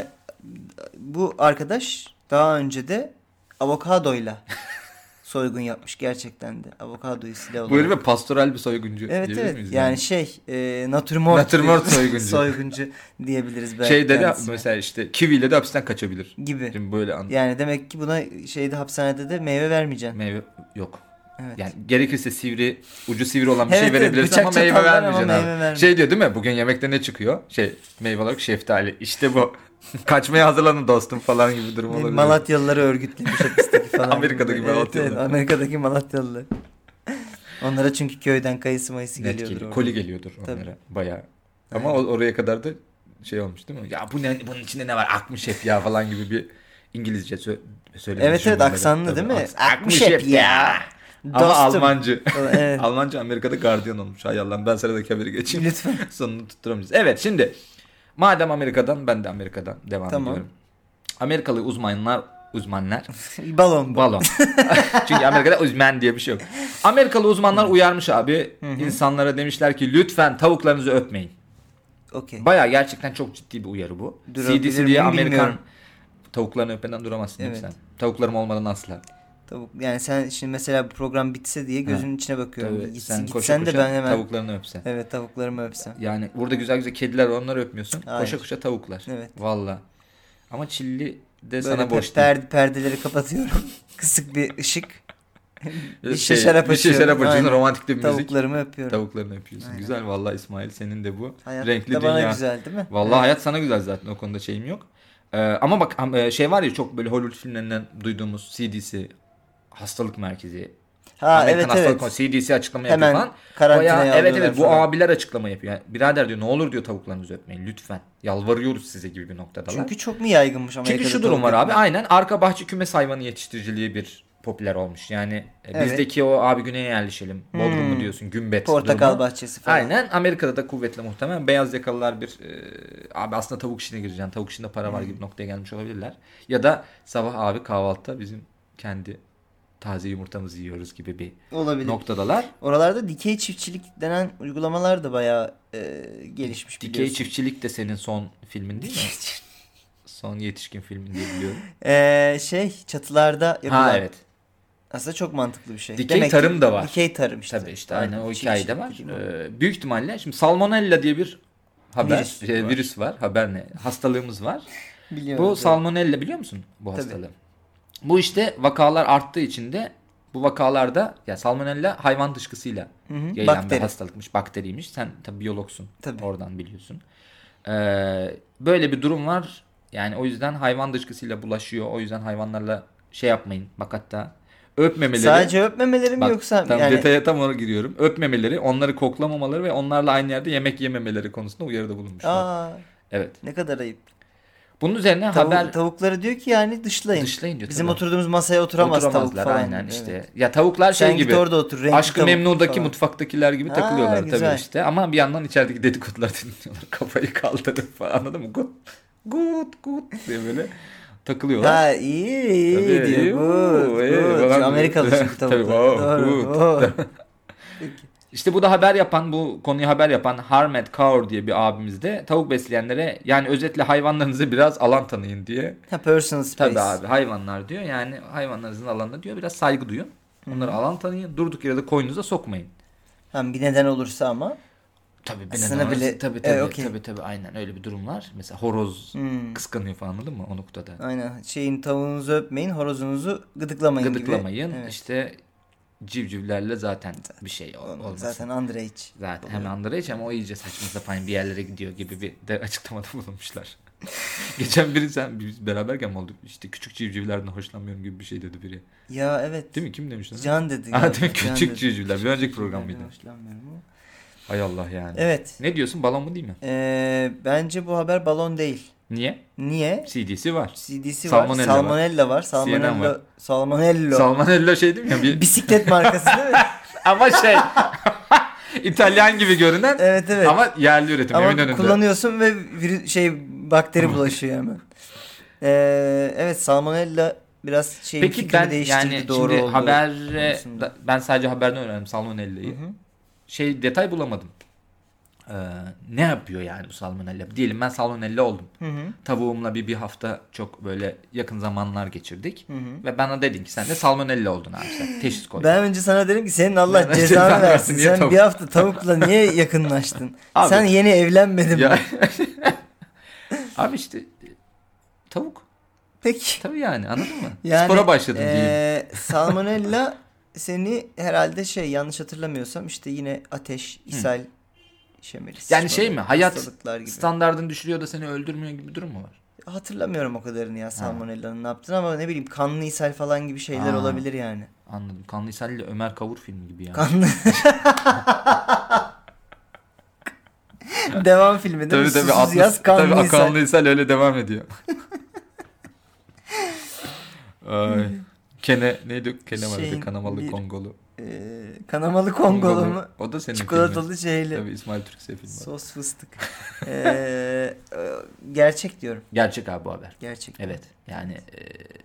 bu arkadaş daha önce de avokadoyla soygun yapmış gerçekten de. Avokadoyu silah olarak. Bu herife pastoral bir soyguncu Evet diyebilir evet. miyiz? Yani şey e, natürmort, Natürmort bir soyguncu. soyguncu diyebiliriz belki. Şeyde de kendisine. mesela işte kiviyle de hapisten kaçabilir. Gibi. Şimdi böyle an- Yani demek ki buna şeyde hapishanede de meyve vermeyeceksin. meyve yok. Evet. Yani gerekirse sivri, ucu sivri olan bir Evet, şey evet, verebilirsin bıçak ama meyve çatal ver ama vermeyeceksin meyve abi. verme. Şey diyor değil mi? Bugün yemekte ne çıkıyor? Şey meyve olarak şeftali. İşte bu. Kaçmaya hazırlanın dostum falan gibi durum olabilir. Malatyalıları örgütlemiş hapisteki falan. Amerika'daki Evet, Malatyalılar. Evet, Amerika'daki Malatyalılar. Onlara çünkü köyden kayısı mayısı Net geliyordur. geliyor. orada. Koli geliyordur Tabii. onlara. Bayağı. Ama Aynen. o- oraya kadar da şey olmuş değil mi? Ya bu ne, bunun içinde ne var? Akmış hep ya falan gibi bir İngilizce sö- söylemiş. Evet evet aksanlı değil mi? Aks- Akmış hep ya. Ama Dostum. Almancı. Evet. Almanca Amerika'da gardiyan olmuş. Hay Allah'ım ben sıradaki haberi geçeyim. Lütfen. Sonunu tutturamayacağız. Evet şimdi madem Amerika'dan ben de Amerika'dan devam Tamam. ediyorum. Amerikalı uzmanlar uzmanlar Balon. balon. Çünkü Amerika'da uzman diye bir şey yok. Amerikalı uzmanlar uyarmış abi. İnsanlara demişler ki lütfen tavuklarınızı öpmeyin. Okey. Bayağı gerçekten çok ciddi bir uyarı bu. Durabilir C D C diye miyim Amerikan bilmiyorum. tavuklarını öpmeden duramazsın Evet. sen. Tavuklarım olmadan asla. Tavuk. Yani sen şimdi mesela bu program bitse diye gözünün içine bakıyorum. Tabii Gitsin, sen koşa gitsen de koşa ben hemen tavuklarını öpsen. evet tavuklarımı öpsem. Yani burada güzel güzel kediler var, onları öpmüyorsun. Hayır. Koşa koşa tavuklar. Evet. Valla. Ama çilli de Böyle sana boş pe- değil. perde, perdeleri kapatıyorum. Kısık bir ışık. bir Şey, şişe şarap bir şişe açıyorum. şarap açıyorsun, Aynen. romantik de bir müzik. Tavuklarımı öpüyorum. Tavuklarını öpüyorsun. Aynen. Güzel valla İsmail senin de bu. Hayat Renkli da bana dünya. güzel değil mi? Valla Evet. hayat sana güzel zaten, o konuda şeyim yok. Ee, ama bak am- şey var ya, çok böyle Hollywood filmlerinden duyduğumuz C D C hastalık merkezi. Ha Amerikan evet hastalık evet. C D C açıklama Hemen yapıyor falan. karantinaya Bayağı- evet alıyorlar evet bu falan. abiler açıklama yapıyor. Yani, birader diyor ne olur diyor tavuklarınızı öpmeyin lütfen. Yalvarıyoruz size gibi bir noktadalar. Çünkü çok mu yaygınmış Amerika'da? Çünkü şu durum tavuk var abi, öpmek? aynen arka bahçe kümes hayvanı yetiştiriciliği bir popüler olmuş. Yani e, Evet. bizdeki o abi güneye yerleşelim. Bodrum mu Hmm. diyorsun, gümbet Portakal durumu. bahçesi falan. Aynen, Amerika'da da kuvvetle muhtemelen beyaz yakalılar bir e, abi aslında tavuk işine gireceksin, tavuk işinde para var gibi noktaya gelmiş olabilirler. Ya da sabah abi kahvaltıda bizim kendi taze yumurtamızı yiyoruz gibi bir Olabilir. noktadalar. Oralarda dikey çiftçilik denen uygulamalar da bayağı e, gelişmiş Dikey biliyorsun. çiftçilik de senin son filmin değil mi? Son yetişkin filmin diye biliyorum. E, şey çatılarda yapılan. Ha evet. Aslında çok mantıklı bir şey. Dikey Demek ki tarım da var. Dikey tarım işte. Tabii işte aynen o Çiftçilik hikayede var. değil mi? Ee, büyük ihtimalle şimdi salmonella diye bir haber, Virüs virüs, var. virüs var. Haber ne? Hastalığımız var. Biliyorum. Bu evet. salmonella biliyor musun bu Tabii. hastalığı? Bu işte vakalar arttığı için de bu vakalarda ya salmonella hayvan dışkısıyla Hı hı, yayılan bakteri. bir hastalıkmış, bakteriymiş. Sen tabii biyologsun. Tabii. Oradan biliyorsun. Ee, böyle bir durum var. Yani o yüzden hayvan dışkısıyla bulaşıyor. O yüzden hayvanlarla şey yapmayın. Bak hatta öpmemeleri. Sadece öpmemeleri mi Bak, yoksa tam yani detaya tam ona giriyorum. Öpmemeleri, onları koklamamaları ve onlarla aynı yerde yemek yememeleri konusunda uyarıda bulunmuşlar. aa Evet. ne kadar ayıp. Bunun üzerine Tavuk- haber tavukları diyor ki yani dışlayın. dışlayın diyor. Bizim tabii. oturduğumuz masaya oturamaz tavuk Oturamazlar falan. aynen Evet. işte. Ya tavuklar şey Sen gibi. git orada otur. renkli Aşk-ı tavuk Memnu'daki falan. mutfaktakiler gibi Ha, takılıyorlar güzel. tabii işte. Ama bir yandan içerideki dedikodular dinliyorlar. Kafayı kaldırıp falan, anladın mı? Gut gut gut diye böyle takılıyorlar. Ha iyi iyi Tabii, diyor. iyi, Good, oo, iyi good. falan. Amerikalı çünkü Tabii, tavuklar. wow, Doğru. good. wow. Peki. İşte bu da haber yapan, bu konuyu haber yapan Harmet Kaur diye bir abimiz de tavuk besleyenlere, yani özetle hayvanlarınızı biraz alan tanıyın diye. Ha personal space. Tabii abi, hayvanlar diyor, yani hayvanlarınızın alanına diyor biraz saygı duyun. Onları alan tanıyın. Durduk yere de koyunuza sokmayın. Ha, bir neden olursa ama. Tabii Aslında bile, bile- tabii e, tabii, okey. tabii tabii aynen öyle bir durum var. Mesela horoz Hmm. kıskanıyor falan, anladın mı o noktada? Aynen. Şeyin tavuğunuzu öpmeyin, horozunuzu gıdıklamayın gibi. Gıdıklamayın. Evet. İşte civcivlerle zaten bir şey ol- Onu olmasın. zaten underage. Zaten hem underage ama o iyice saçma sapan bir yerlere gidiyor gibi bir de açıklamada bulunmuşlar. Geçen biri, sen biz beraberken mi olduk? İşte küçük civcivlerden hoşlanmıyorum gibi bir şey dedi biri. Ya evet. Değil mi? Kim demiş lan? Can dedi. Ha, galiba. değil mi? Can Küçük dedi. civcivler. Bir önceki Küçük program civcivlerden mıydı? hoşlanmıyorum ama. Hay Allah yani. Evet. Ne diyorsun, balon mu değil mi? Ee, bence bu haber balon değil. Niye? Niye? C D'si var. C D'si Salmonella var. var. Salmonella var. C N N Salmonella. var. Salmonello. Salmonella şey değil mi ya? Bir... Bisiklet markası değil mi? Ama şey İtalyan gibi görünen Evet evet. ama yerli üretim. Ama Eminönü'nde. kullanıyorsun ve virü- şey bakteri bulaşıyor hemen. Ee, evet Salmonella biraz şey Peki fikrimi ben değiştirdi yani doğru şimdi olduğu habere konusunda. ben sadece haberden öğrendim Salmonella'yı. Hı hı. Şey detay bulamadım. Ee, ne yapıyor yani bu Salmonella? Diyelim ben Salmonella oldum. Hı hı. Tavuğumla bir bir hafta çok böyle yakın zamanlar geçirdik. Hı hı. Ve bana dedin ki sen de Salmonella oldun abi sen. Teşhis koydun. Ben önce sana dedim ki senin Allah Ben- cezanı cezanı versin. versin, niye Sen tavuk? bir hafta tavukla niye yakınlaştın? Abi- Sen yeni evlenmedin Ya- mi? Abi işte tavuk. Peki. Tabii yani anladın mı? Yani, Spora başladın diyeyim. eee, Salmonella seni herhalde şey yanlış hatırlamıyorsam işte yine ateş, ishal, şemeri, Yani sıçmalı şey mi? Hayat hastalıklar gibi. standardını düşürüyor da seni öldürmüyor gibi bir durum mu var? Hatırlamıyorum o kadarını ya Salmonella'nın ne yaptığını ama ne bileyim kanlı ishal falan gibi şeyler Aa. olabilir yani. Anladım. Kanlı İshal ile Ömer Kavur filmi gibi yani. Kanlı. Devam filmi değil mi? Tabii tabii. Susuz altmış yaz kanlı tabii, ishal. kanlı ishal öyle devam ediyor. Ay. Kene neydi? Kene vardı. Şeyin Kanamalı bir- Kongolu. Eee, kanamalı Kongolu mu? O da senin Çikolatalı filmin. şeyli. Tabii İsmail Türksev filmi var. Sos fıstık. Eee, e, gerçek diyorum. Gerçek abi bu haber. Gerçek. Evet. Yani e,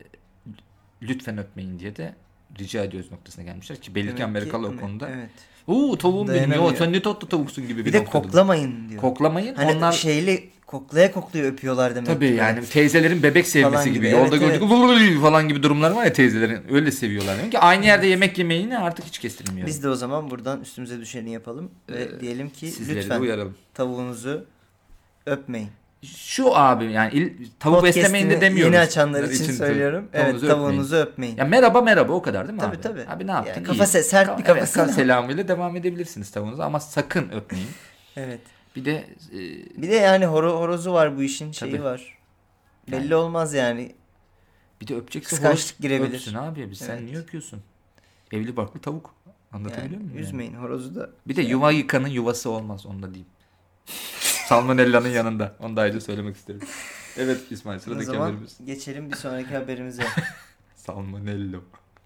lütfen öpmeyin diye de rica ediyoruz noktasına gelmişler ki belli ki Demek ki- Amerikalı o konuda. Evet. Oo tavuğum benim Dayanamıyor. ya sen ne tatlı tavuksun gibi bir, Bir de noktada. koklamayın diyor. Koklamayın. Hani Onlar şeyli koklaya koklaya öpüyorlar demek tabii ki. yani teyzelerin bebek sevmesi Falan gibi. gibi, Yolda evet, gördük "Vıvıvıvı" falan gibi durumlar var ya teyzelerin. Öyle seviyorlar. Demek ki aynı yerde yemek yemeğini artık hiç kestirmiyor. Biz de o zaman buradan üstümüze düşeni yapalım ve Ee, diyelim ki Sizleri de lütfen uyaralım. tavuğunuzu öpmeyin. Şu abi yani il, tavuk Podcast'ini beslemeyin de demiyoruz. yeni açanlar Bunlar için, tabii, söylüyorum. tavuğunuzu Evet öpmeyin. tavuğunuzu öpmeyin. Ya merhaba merhaba o kadar değil mi Tabii, abi? tabii. Abi ne yaptın? Yani İyi. kafa se- sert bir Evet, kafasıyla. kaf selamıyla devam edebilirsiniz tavuğunuza ama sakın öpmeyin. Evet. Bir de e, Bir de yani horo horozu var bu işin şeyi Tabii. var. Belli Yani- olmaz yani. bir de öpecekse Kıskançlık horoz girebilir. öpsün abi. Biz sen Evet. niye öpüyorsun? Evli barklı tavuk. Anlatabiliyor Yani, muyum? yani? üzmeyin horozu da. Bir de yuva yıkanın yuvası olmaz onu da diyeyim. Salmonella'nın yanında. Onu da ayrıca söylemek isterim. Evet İsmail O sıradaki zaman haberimiz. geçelim bir sonraki haberimize. Salmonello.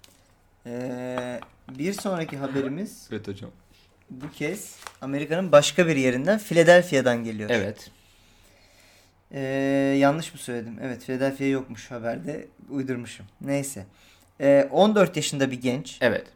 Ee, bir sonraki haberimiz Evet hocam. bu kez Amerika'nın başka bir yerinden Philadelphia'dan geliyor. Evet. Ee, yanlış mı söyledim? Evet Philadelphia yokmuş haberde. Uydurmuşum. Neyse. Ee, on dört yaşında bir genç Evet.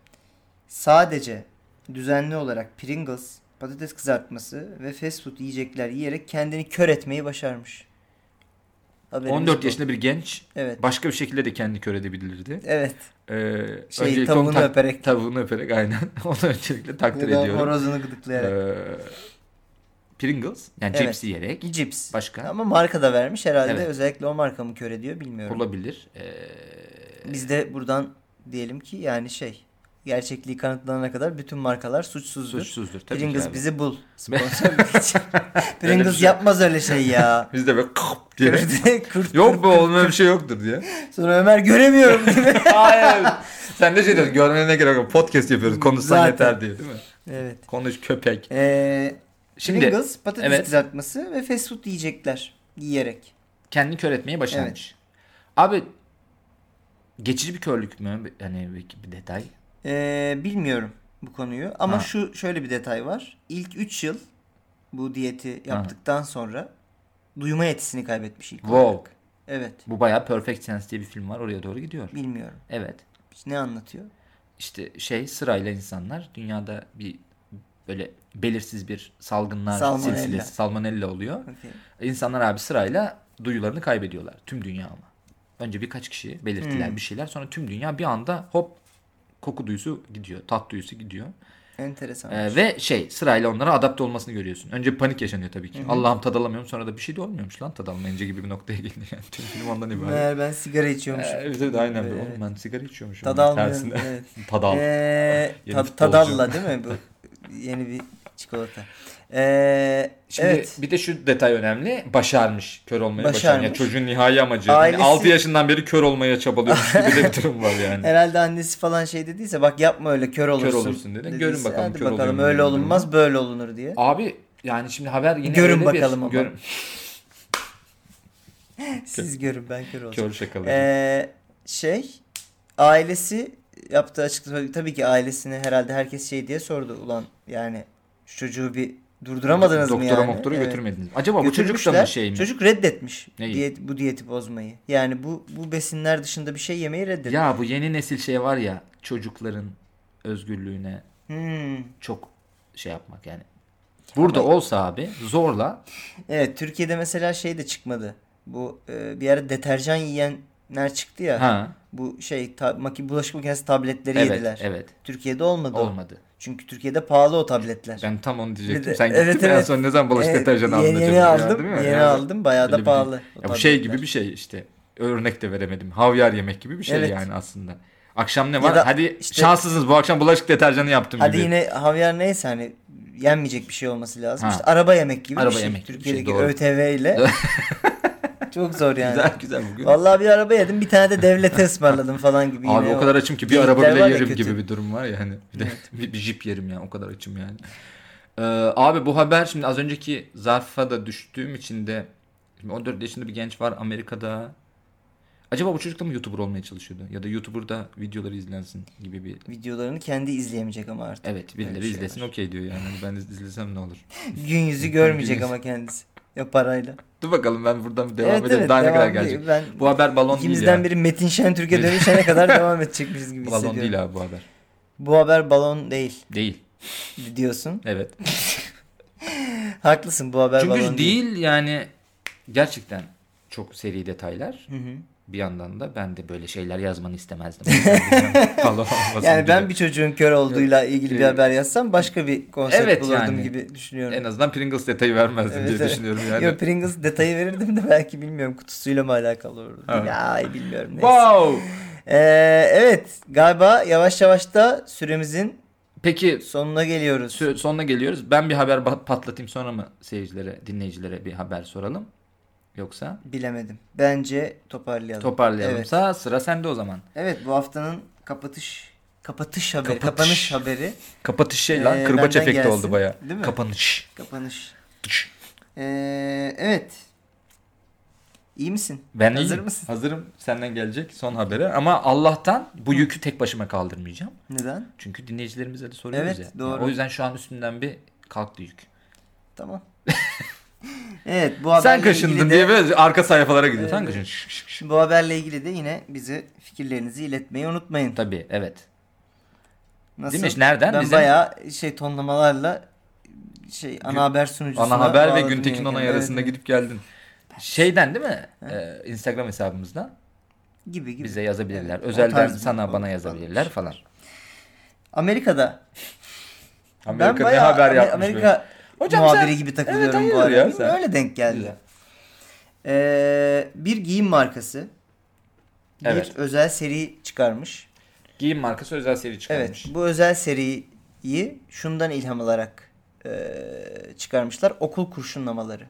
sadece düzenli olarak Pringles, patates kızartması ve fast food yiyecekler yiyerek kendini kör etmeyi başarmış. Haberimiz on dört bu. yaşında bir genç Evet. başka bir şekilde de kendini kör edebilirdi. Evet. Ee, Şey, öncelikle tavuğunu onu tak- öperek. Tavuğunu öperek aynen. Onu öncelikle takdir Ya da ediyorum. horozunu gıdıklayarak. Ee, Pringles yani Evet. cips yiyerek. Cips. Başka? Ama marka da vermiş herhalde. Evet. Özellikle o marka mı kör ediyor bilmiyorum. Olabilir. Ee, Biz de buradan diyelim ki yani şey gerçekliği kanıtlanana kadar bütün markalar suçsuzdur. suçsuzdur. Tabii ki Pringles abi. bizi bul. Sponsorluk için. Pringles şey- yapmaz öyle şey ya. Biz de böyle kıp diye. Kurt, kurt, Yok be oğlum öyle bir şey yoktur diye. Sonra Ömer göremiyorum değil mi? Hayır. Sen de şey diyorsun görmene ne gerek yok. Podcast yapıyoruz. Konuşsan Zaten. yeter diye değil mi? Evet. Konuş köpek. Ee, Şimdi Pringles, patates evet. kızartması ve fast food yiyecekler yiyerek. kendini kör etmeyi başarmış. Abi geçici bir körlük mü? Hani bir, bir detay. Ee, bilmiyorum bu konuyu ama Ha. şu şöyle bir detay var. İlk üç yıl bu diyeti yaptıktan sonra duyma yetisini kaybetmiş ilk Wow. olarak. Evet. Bu bayağı Perfect Sense diye bir film var. Oraya doğru gidiyor. Bilmiyorum. Evet. Ne anlatıyor? İşte şey sırayla insanlar dünyada bir böyle belirsiz bir salgınlar Salmonella. silsilesi salmonella oluyor. Okay. İnsanlar abi sırayla duyularını kaybediyorlar. Tüm dünya ama. Önce birkaç kişi belirttiler Hmm. bir şeyler. Sonra tüm dünya bir anda hop koku duyusu gidiyor. Tat duyusu gidiyor. Enteresan. Ee, ve şey sırayla onlara adapte olmasını görüyorsun. Önce panik yaşanıyor tabii ki. Hı hı. Allah'ım tad alamıyorum. Sonra da bir şey de olmuyormuş lan tad almayınca gibi bir noktaya geliyor. Yani tüm film ondan ibaret. Meğer ben sigara içiyormuşum. Ee, evet, evet, aynen böyle. Evet. Oğlum ben sigara içiyormuşum. Tad Bunun almıyorum. tersine. Evet. Tad al. Ee, Yeni tad, futbolcu. Tadalla değil mi bu? Yeni bir Çikolata. Ee, Şimdi evet. bir de şu detay önemli. Başarmış. Kör olmayı başarmış. Başarmış. Yani çocuğun nihai amacı. Ailesi- Yani altı yaşından beri kör olmaya çabalıyormuş gibi de bir durum var yani. Herhalde annesi falan şey dediyse bak yapma öyle kör olursun. Kör olursun dedi. dediyse, Görün bakalım hadi kör bakalım oluyor mu öyle diye olunmaz durumu. böyle olunur diye. Abi yani şimdi haber yine Görün öyle bakalım bir... ama. Gör... Siz görün ben kör olacağım. Kör şakaları. Ee, şey ailesi yaptığı açıklama tabii ki ailesine herhalde herkes şey diye sordu. Ulan yani şu çocuğu bir durduramadınız mı yani? Doktora moktora Evet. götürmediniz. Acaba bu çocuk da Götürmüşler. mı şey mi? Çocuk reddetmiş Neyi? diyet, bu diyeti bozmayı. Yani bu bu besinler dışında bir şey yemeyi reddetmiş. Ya bu yeni nesil şey var ya, çocukların özgürlüğüne Hmm. çok şey yapmak yani. Burada Ama- olsa abi zorla Evet, Türkiye'de mesela şey de çıkmadı. Bu e, bir ara deterjan yiyenler çıktı ya. ha Bu şey ta, maki, bulaşık makinesi tabletleri evet yediler. evet Türkiye'de olmadı. o. olmadı. Çünkü Türkiye'de pahalı o tabletler. Ben tam onu diyecektim. Bir de- Sen gittin evet, mi en evet. son ne zaman bulaşık Evet, deterjanı aldın yeni, acaba yeni ya, aldım. değil mi? Yeni Yani aldım. Bayağı öyle da bir- pahalı. o Ya bu şey tabletler. gibi bir şey işte. Örnek de veremedim. Havyar yemek gibi bir şey Evet. yani aslında. Akşam ne Ya var? da Hadi işte- şanslısınız bu akşam bulaşık deterjanı yaptım Hadi gibi. yine havyar neyse hani yenmeyecek bir şey olması lazım. Ha. İşte araba yemek gibi Araba bir şey. yemek gibi bir şey, Türkiye'deki doğru. ÖTV ile. Çok zor yani. Güzel güzel bugün. Vallahi bir araba yedim, bir tane de devlete ısmarladım falan gibi. Abi yine o kadar açım ki bir geyikler araba bile var ya yerim kötü. gibi bir durum var ya hani. Bir de bir, bir jip yerim yani o kadar açım yani. Ee, abi bu haber şimdi az önceki zarfa da düştüğüm için de şimdi on dört yaşında bir genç var Amerika'da. Acaba bu çocuk da mı YouTuber olmaya çalışıyordu? Ya da YouTuber'da videoları izlensin gibi bir... Videolarını kendi izleyemeyecek ama artık. Evet birileri Öyle bir şey izlesin var. okey diyor yani. Hani ben de izlesem ne olur? Gün yüzü görmeyecek Gün yüzü. ama kendisi. Ya parayla. Dur bakalım ben buradan devam Evet, edelim. evet, Daha ne kadar devam gelecek? değil. Ben Bu haber balon değil İkimizden ya. biri Metin Şentürk'e dönüşene kadar devam edecekmişiz gibi Balon hissediyorum. değil abi bu haber. Bu haber balon değil Değil. diyorsun. Evet. Haklısın, bu haber Çünkü balon değil, değil. yani gerçekten çok seri detaylar. Hı hı. Bir yandan da ben de böyle şeyler yazmanı istemezdim. Balon olmasın Yani ben diye. bir çocuğun kör olduğuyla ilgili bir Evet. haber yazsam başka bir konsept Evet bulurdum yani. gibi düşünüyorum. En azından Pringles detayı vermezdim Evet, diye evet. düşünüyorum yani. Yo, Pringles detayı verirdim de belki bilmiyorum kutusuyla mı alakalı olurdu. Evet. Ay bilmiyorum neyse. Wow. Ee, evet galiba yavaş yavaş da süremizin Peki sonuna geliyoruz. sü- sonuna geliyoruz. Ben bir haber ba- patlatayım sonra mı seyircilere, dinleyicilere bir haber soralım? Yoksa Bilemedim. Bence toparlayalım. toparlayalım. Evet. Sa sıra sende o zaman. Evet, bu haftanın kapatış kapatış haberi, Kapatış. kapanış haberi, Kapatış şey lan Ee, kırbaç benden efekti gelsin. oldu baya. Değil mi? Kapanış. kapanış. Ee, evet. İyi misin? Ben Hazır iyiyim. mısın? Hazırım. Senden gelecek son habere. Ama Allah'tan bu yükü tek başıma kaldırmayacağım. Neden? Çünkü dinleyicilerimize de soruyoruz Evet, ya. doğru. Yani o yüzden şu an üstümden bir kalktı yük. Tamam. Evet, bu haberle Sen kaşındın ilgili de, diye böyle arka sayfalara gidiyor. Sen Evet. kaşındın. Şş, şş, şş. bu haberle ilgili de yine bize fikirlerinizi iletmeyi unutmayın. Tabii evet. Nasıl? Değil mi? Nereden? Ben Bizim- bayağı şey tonlamalarla şey ana haber sunucusuna Ana Haber ve bağladım Güntekin yine Onay kendimi. arasında Evet, gidip geldin. Şeyden değil mi? Ee, Instagram hesabımızdan evet. gibi gibi. bize yazabilirler. Evet, o Özelden tarz bir- sana o- bana o- yazabilirler falan. Amerika'da Amerika ben ne bayağı haber Amer- yapmış Amerika böyle? Hocam muhabiri sen- gibi takılıyorum Evet, bu hayırdır arada. ya Bilmiyorum, sen. öyle denk geldi. Güzel. Ee, bir giyim markası bir Evet. özel seri çıkarmış. Giyim markası özel seri Evet, çıkarmış. bu özel seriyi şundan ilham alarak e, çıkarmışlar. Okul kurşunlamaları.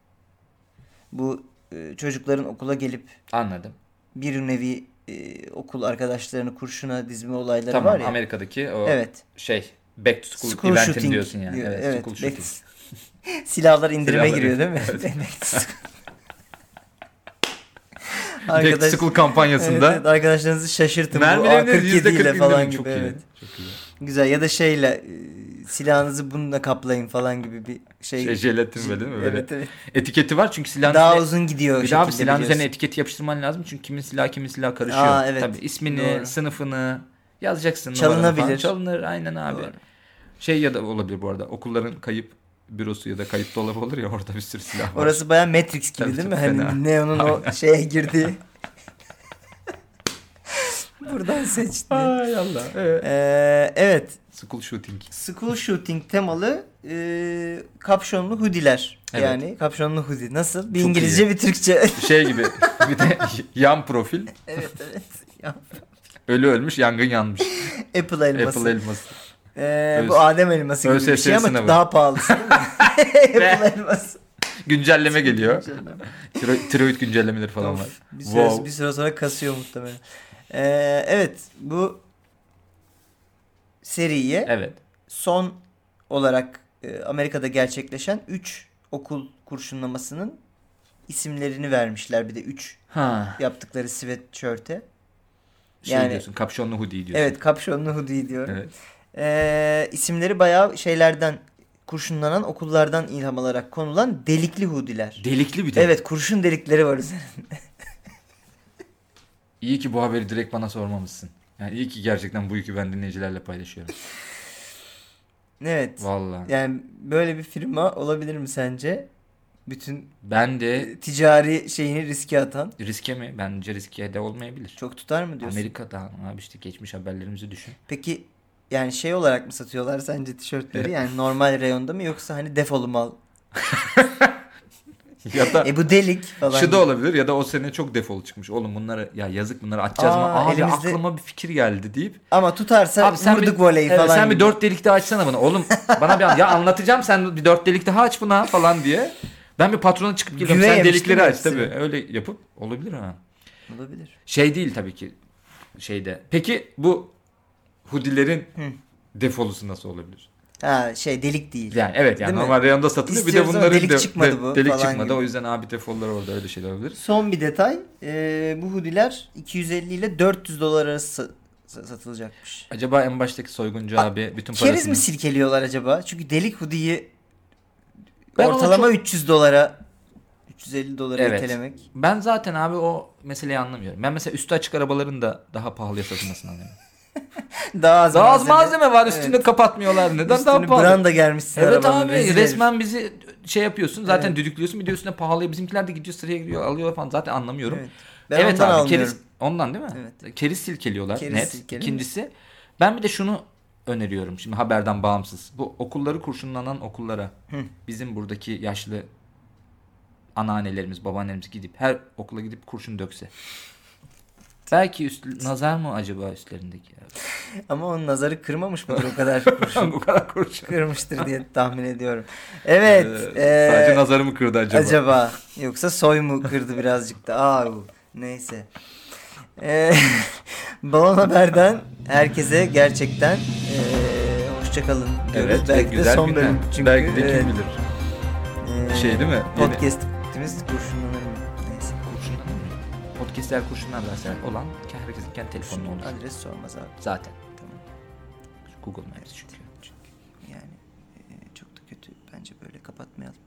Bu e, çocukların okula gelip Anladım. bir nevi e, okul arkadaşlarını kurşuna dizme olayları Tamam var ya. Amerika'daki o Evet. şey back to school, School eventin shooting diyorsun yani. diyor. Evet, Evet, school back- shooting. Silahlar indirime Silahlar giriyor değil mi? Evet. Arkadaş, Back to school kampanyasında evet, evet, arkadaşlarınızı şaşırtın bu A mermileriniz kırk yedi yüzde ile kırk falan indirim. gibi. Çok iyi. Evet. Çok iyi. Güzel, ya da şeyle e, silahınızı bununla kaplayın falan gibi bir şey. Şey, jelatin böyle değil mi? Böyle Evet, evet. etiketi var çünkü silahın Daha üzerine- uzun gidiyor. bir daha bir şekilde silahın biliyorsun. üzerine etiketi yapıştırman lazım çünkü kimin silahı kimin silahı karışıyor. Aa, evet. Tabii ismini, Doğru. sınıfını yazacaksın. Çalınabilir. numaranı falan. Çalınır aynen abi. Doğru. Şey ya da olabilir bu arada okulların kayıp bürosu ya da kayıp dolabı olur ya orada bir sürü silah var. Orası baya Matrix gibi Tabii, değil mi? çok Hani fena. Neo'nun o şeye girdiği. Buradan seçti. Ay Allah. Evet. Ee, evet. School shooting. School shooting temalı e, kapşonlu hoodiler. Evet. Yani kapşonlu hoodie. Nasıl? Bir Çok İngilizce iyi. bir Türkçe. Şey gibi bir de yan profil. Evet, evet. Ya, Ölü ölmüş yangın yanmış. Apple elması. Apple elması. Ee, Öz- bu Adem elması gibi bir şey ÖSS ama sınavı. daha pahalısı değil mi? Apple elması. Güncelleme geliyor. Tiro- Tiroid güncellemeleri falan Of, var. bir, süre, Wow. bir süre sonra kasıyor muhtemelen. Ee, evet, bu seriye Evet. son olarak e, Amerika'da gerçekleşen üç okul kurşunlamasının isimlerini vermişler. Bir de üç Ha. yaptıkları sweatshirt'e. Şey Yani- diyorsun, kapşonlu hoodie diyorsun. Evet, kapşonlu hoodie diyorum. Evet. Ee, isimleri bayağı şeylerden, kurşunlanan okullardan ilham alarak konulan delikli hoodiler. Delikli bir de. Evet, kurşun delikleri var üzerinde. İyi ki bu haberi direkt bana sormamışsın. Yani iyi ki gerçekten bu yükü ben dinleyicilerle paylaşıyorum. Evet. Vallahi. Yani böyle bir firma olabilir mi sence? Bütün Ben de ticari şeyini riske atan. riske mi? Bence riske de olmayabilir. Çok tutar mı diyorsun? Amerika'da abi işte geçmiş haberlerimizi düşün. Peki yani şey olarak mı satıyorlar sence tişörtleri? Evet. Yani normal reyonda mı yoksa hani defolu mal? Ya da E bu delik falan. şu da olabilir ya da o sene çok defol çıkmış. Oğlum bunları ya yazık bunları atacağız mı? Aa, Abi elimizde- aklıma bir fikir geldi deyip. Ama tutarsa Abi sen vurduk bir, voleyi evet, falan. sen bir gibi. dört delik daha açsana bana. Oğlum bana bir an, ya anlatacağım sen bir dört delik daha aç buna falan diye. Ben bir patrona çıkıp geliyorum. Güve Sen yemiş delikleri değil mi aç hepsi? tabii. Öyle yapıp olabilir ha. Olabilir. Şey değil tabii ki şeyde. Peki bu hoodilerin Hı. defolusu nasıl olabilir? Ha şey delik değil. Yani evet yani Değil mi? normal reyonda satılıyor. Bir de İstiyoruz ama bunların delik de- çıkmadı de- bu delik falan çıkmadı. gibi. O yüzden abi defollar orada öyle şeyler olabilir. Son bir detay. E, bu hoodiler iki yüz elli ile dört yüz dolar arası sa- satılacakmış. Acaba en baştaki soyguncu A- abi bütün parasını... Keriz mi silkeliyorlar acaba? Çünkü delik hoodie'yi Ben ona ortalama çok- üç yüz dolara üç yüz elli dolara Evet. itelemek. Ben zaten abi o meseleyi anlamıyorum. Ben mesela üstü açık arabaların da daha pahalıya satılmasını anlıyorum. Daha az Daha az malzeme var üstünü Evet. kapatmıyorlar. Neden Üstünü daha pahalı? branda germişsin Evet arabanın, abi rezil resmen bizi şey yapıyorsun zaten Evet. düdüklüyorsun bir de üstüne pahalıya bizimkiler de gidiyor sıraya giriyor alıyorlar falan zaten anlamıyorum. herif. Evet. Ben Evet ondan abi almıyorum. keriz ondan değil mi? Evet. Keriz silkeliyorlar Keriz net. silkeleme. İkincisi ben bir de şunu öneriyorum şimdi haberden bağımsız. Bu okulları kurşunlanan okullara Hı. bizim buradaki yaşlı anneannelerimiz babaannelerimiz gidip her okula gidip kurşun dökse. Belki üst, nazar mı acaba üstlerindeki? Ama onun nazarı kırmamış mıdır o kadar kurşun? Bu kadar kurşun. Kırmıştır diye tahmin ediyorum. Evet. Ee, ee, sadece nazarı mı kırdı acaba? acaba. Yoksa soy mu kırdı birazcık da? Aa, neyse. Ee, Balon Haber'den herkese gerçekten ee, hoşçakalın diyoruz. Evet Belki de güzel son günler. bölüm. Çünkü, Belki de evet, kim bilir. ee, Şey değil mi? Podcast'imiz kurşunlanır mı? Neyse. Kurşunlar mı? Podcast'ler kurşunlar verseler olan herkesin kendi telefonunu olur. Adres sormaz abi. Zaten. Tamam. Google Maps çünkü. Yani ee, çok da kötü. Bence böyle kapatmayalım.